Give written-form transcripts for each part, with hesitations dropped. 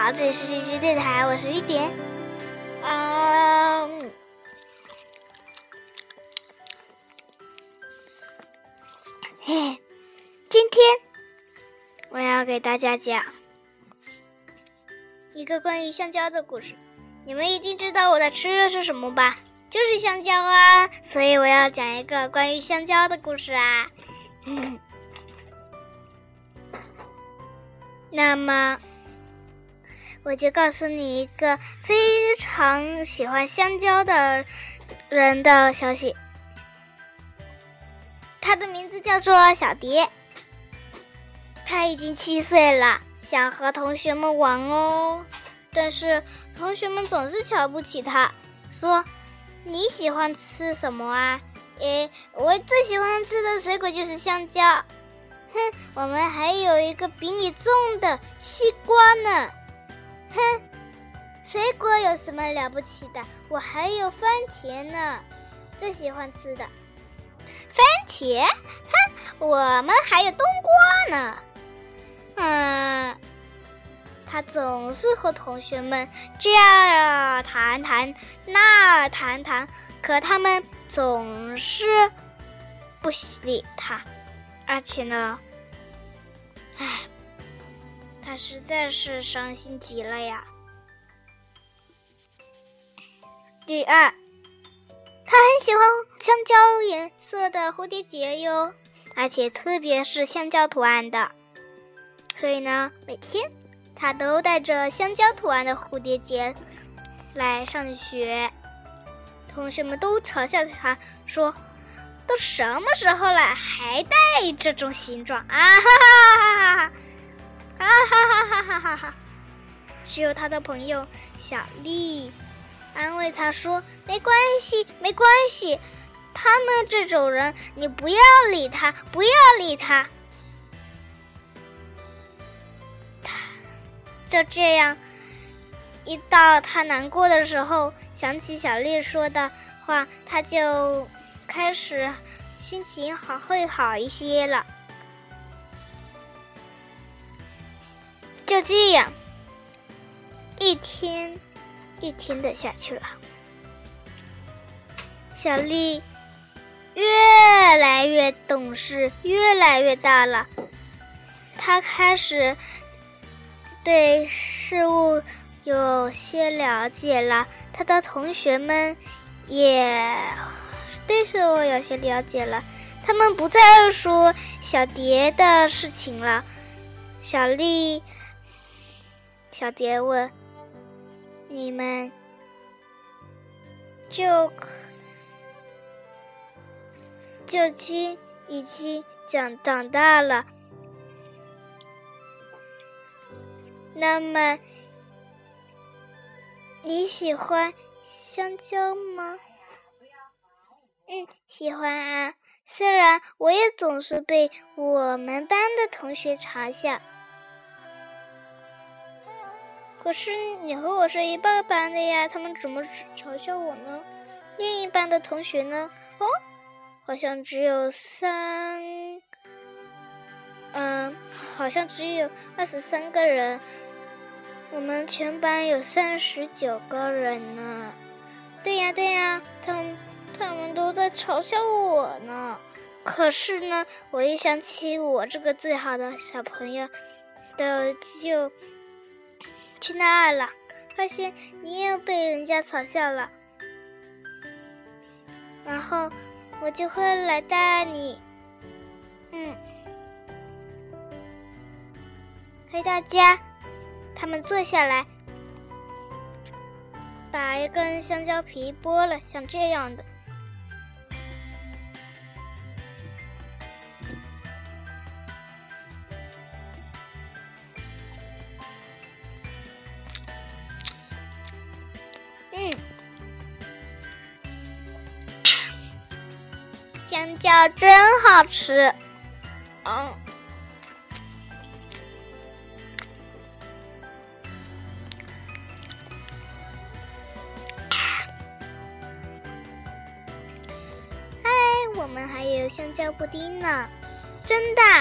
好，这里是荔枝电台，我是雨点。今天我要给大家讲一个关于香蕉的故事。你们一定知道我在吃的是什么吧？就是香蕉啊，所以我要讲一个关于香蕉的故事啊。那么我就告诉你一个非常喜欢香蕉的人的消息。他的名字叫做小蝶，他已经7岁了，想和同学们玩哦，但是同学们总是瞧不起他，说你喜欢吃什么啊？我最喜欢吃的水果就是香蕉。哼，我们还有一个比你重的西瓜呢。哼，水果有什么了不起的？我还有番茄呢，最喜欢吃的。番茄？哼，我们还有冬瓜呢。他总是和同学们这样谈谈那儿谈谈，可他们总是不理他，而且呢，他实在是伤心极了呀。第二，他很喜欢香蕉颜色的蝴蝶结哟，而且特别是香蕉图案的，所以呢，每天他都带着香蕉图案的蝴蝶结来上学。同学们都嘲笑他说，都什么时候了还带这种形状啊！哈哈哈哈！只有他的朋友小丽安慰他说，没关系没关系，他们这种人你不要理他，不要理他。就这样，一到他难过的时候，想起小丽说的话，他就开始心情会好一些了。就这样，一天一天的下去了，小丽越来越懂事，越来越大了，她开始对事物有些了解了，他的同学们也对事物有些了解了，他们不再说小蝶的事情了。小蝶问，你们已经长大了，那么你喜欢香蕉吗？喜欢啊，虽然我也总是被我们班的同学嘲笑，可是你和我是一个班的呀，他们怎么嘲笑我呢？另一班的同学呢？好像只有23个人，我们全班有39个人呢。对呀，他们都在嘲笑我呢。可是呢，我一想起我这个最好的小朋友的就去那儿了，发现你也被人家嘲笑了，然后我就会来带你。回到家，他们坐下来，把一根香蕉皮剥了，像这样的。香蕉真好吃。我们还有香蕉布丁呢，真的。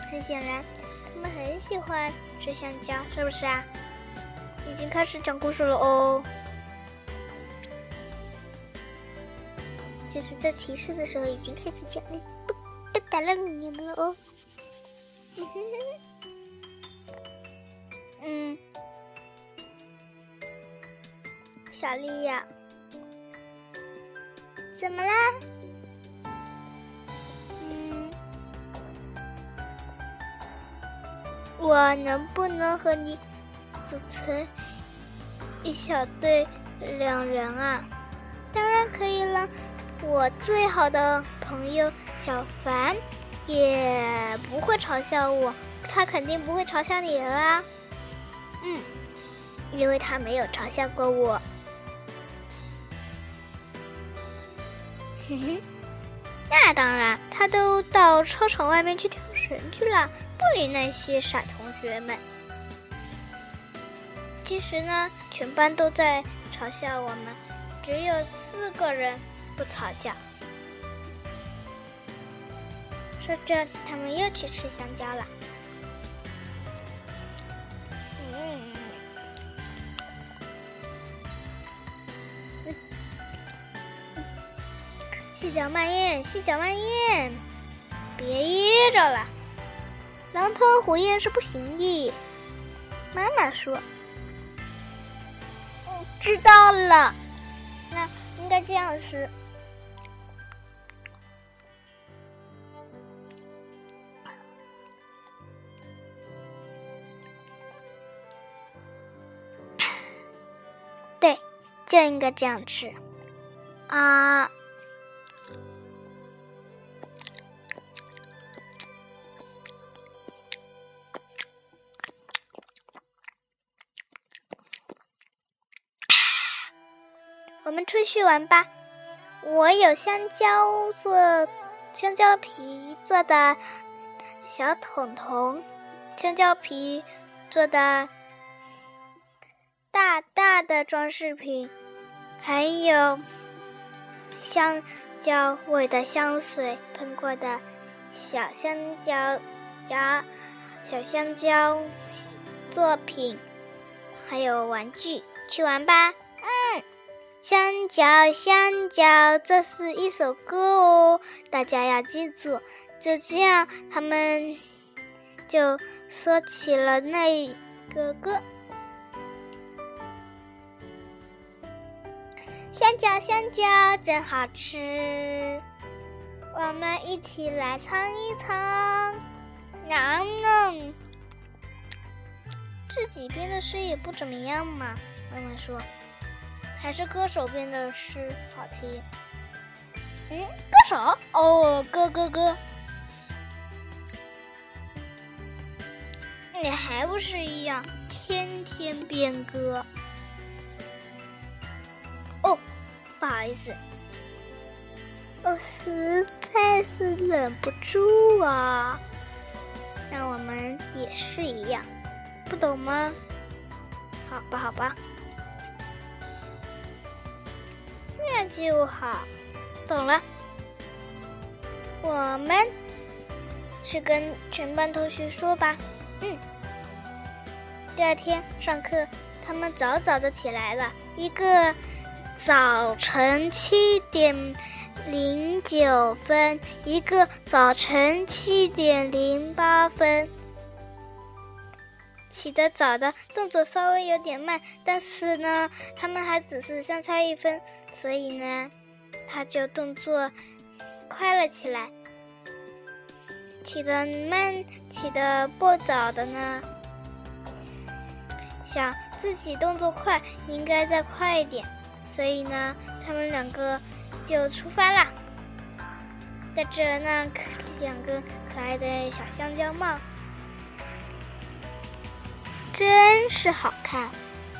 很显然，他们很喜欢吃香蕉，是不是啊？已经开始讲故事了哦。其实，在提示的时候已经开始讲了，不打扰你们了哦。小丽呀，怎么啦？我能不能和你组成一小队两人啊？当然可以了，我最好的朋友小凡也不会嘲笑我，他肯定不会嘲笑你啦。因为他没有嘲笑过我。那当然，他都到操场外面去跳绳去了，不理那些傻同学们。其实呢，全班都在嘲笑我们，只有4个人不嘲笑。说着，他们又去吃香蕉了。细嚼慢咽，细嚼慢咽，别噎着了。狼吞虎咽是不行的。妈妈说：“知道了。”那应该这样吃。对，就应该这样吃啊。我们出去玩吧。我有香蕉皮做的小桶桶，香蕉皮做的大大的装饰品，还有香蕉味的香水喷过的小香蕉牙、小香蕉作品，还有玩具。去玩吧。香蕉香蕉，这是一首歌哦，大家要记住。就这样，他们就说起了那个歌。香蕉香蕉真好吃，我们一起来尝一尝。自己编的诗也不怎么样嘛，妈妈说。还是歌手编的诗好听。歌手？哦，歌。你还不是一样，天天编歌。哦，不好意思，我实在是忍不住啊。那我们也是一样，不懂吗？好吧。那就好，懂了。我们去跟全班同学说吧。第二天上课，他们早早的起来了，一个早晨7:09分，一个早晨7:08分。起得早的动作稍微有点慢，但是呢，他们还只是相差1分，所以呢，他就动作快了起来。起得不早的呢，想自己动作快，应该再快一点，所以呢，他们2个就出发啦，戴着那2个可爱的小香蕉帽。真是好看。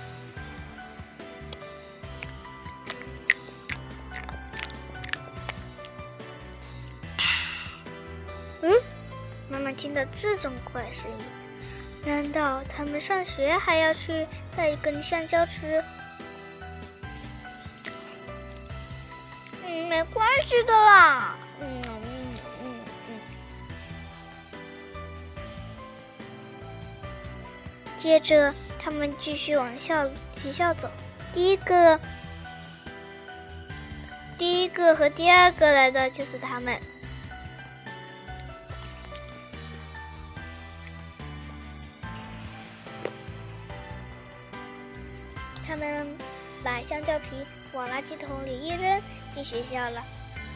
妈妈听到这种怪声音，难道他们上学还要去带一根香蕉吃？没关系的啦。 接着他们继续往学校走。第一个和第二个来的就是他们。他们把香蕉皮往垃圾桶里一扔，进学校了。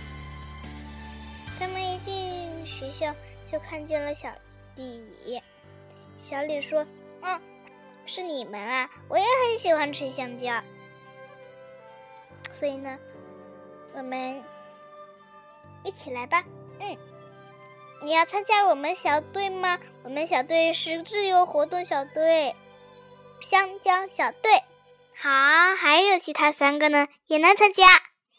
他们一进学校就看见了小李。小李说：“是你们啊，我也很喜欢吃香蕉。所以呢，我们一起来吧。你要参加我们小队吗？我们小队是自由活动小队，香蕉小队。好，还有其他3个呢，也能参加。”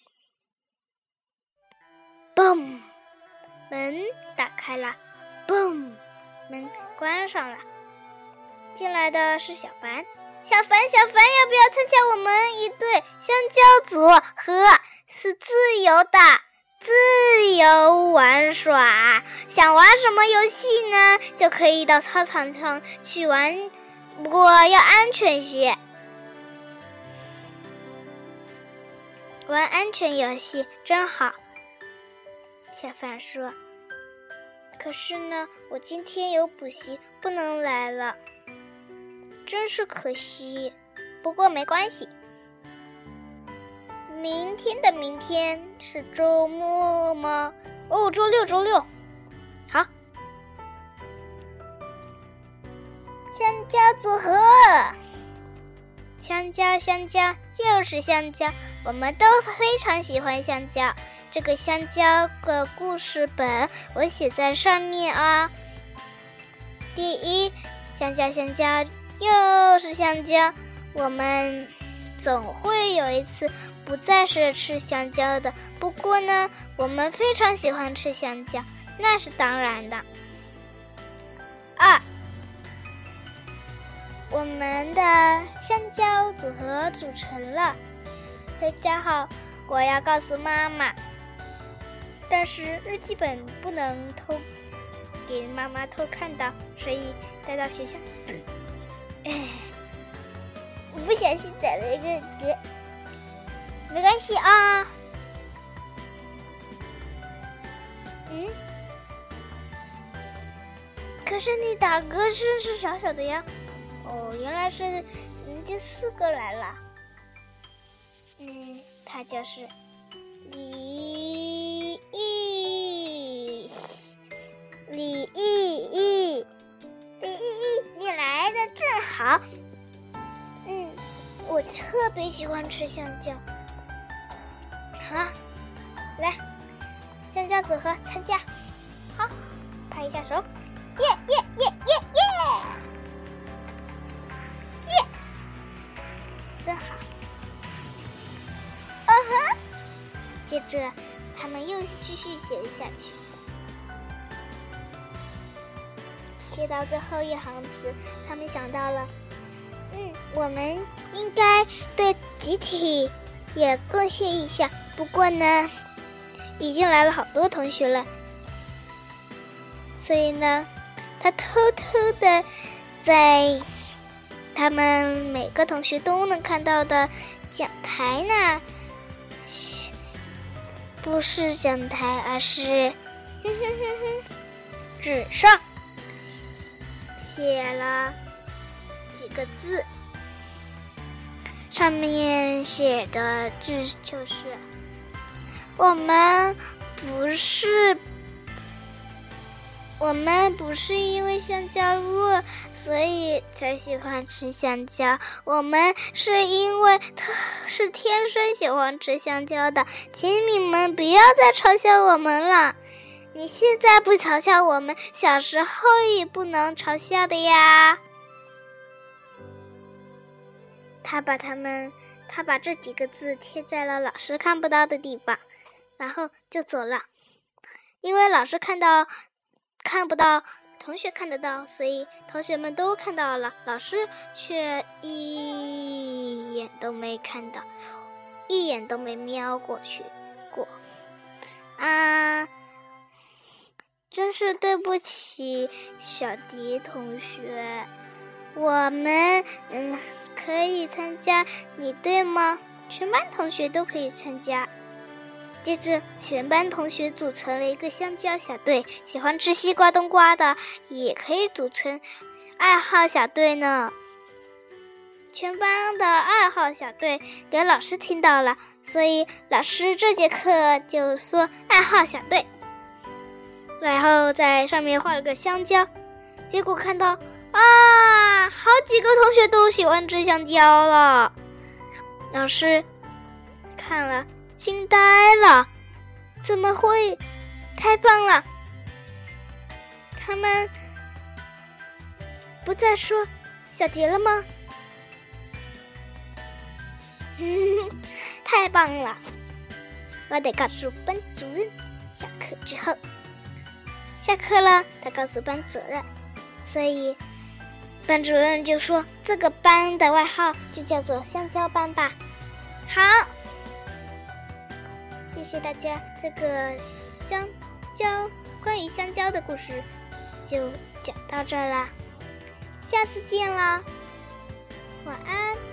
嘣，门打开了，嘣，门关上了。进来的是小凡。小凡要不要参加我们一队香蕉组是自由的，自由玩耍，想玩什么游戏呢，就可以到操场上去玩，不过要安全些。玩安全游戏真好。小凡说：“可是呢，我今天有补习，不能来了，真是可惜。不过没关系，明天是周末吗？周六。好，香蕉组合，香蕉就是香蕉，我们都非常喜欢香蕉。这个香蕉的故事本我写在上面啊。第一，香蕉又是香蕉，我们总会有一次不再是吃香蕉的。不过呢，我们非常喜欢吃香蕉，那是当然的。2，我们的香蕉组合组成了。大家好，我要告诉妈妈，但是日记本不能给妈妈偷看到，所以带到学校。我不小心打了一个嗝，没关系啊。可是你打嗝声是小小的呀。原来是第4个来了。他就是李毅，你来的正好。我特别喜欢吃香蕉。好，来，香蕉组合参加。好，拍一下手，耶！真好。接着他们又继续写下去，写到最后一行时，他们想到了，我们应该对集体也贡献一下。不过呢，已经来了好多同学了，所以呢，他偷偷的在他们每个同学都能看到的讲台呢，不是讲台，而是纸上写了几个字，上面写的字就是我们不是因为香蕉弱所以才喜欢吃香蕉，我们是因为是天生喜欢吃香蕉的，请你们不要再嘲笑我们了。你现在不嘲笑我们，小时候也不能嘲笑的呀。他把这几个字贴在了老师看不到的地方，然后就走了。因为老师看不到，同学看得到，所以同学们都看到了，老师却一眼都没看到，一眼都没瞄过去过。真是对不起小迪同学， 我们可以参加，你对吗？全班同学都可以参加。接着全班同学组成了一个香蕉小队，喜欢吃西瓜冬瓜的也可以组成爱好小队呢。全班的爱好小队给老师听到了，所以老师这节课就说爱好小队，然后在上面画了个香蕉。结果看到好几个同学都喜欢吃香蕉了，老师看了惊呆了，怎么会？太棒了！他们不再说小杰了吗？太棒了！我得告诉班主任。下课之后，下课了，他告诉班主任，所以班主任就说这个班的外号就叫做香蕉班吧。好，谢谢大家，这个关于香蕉的故事就讲到这儿啦，下次见啦，晚安。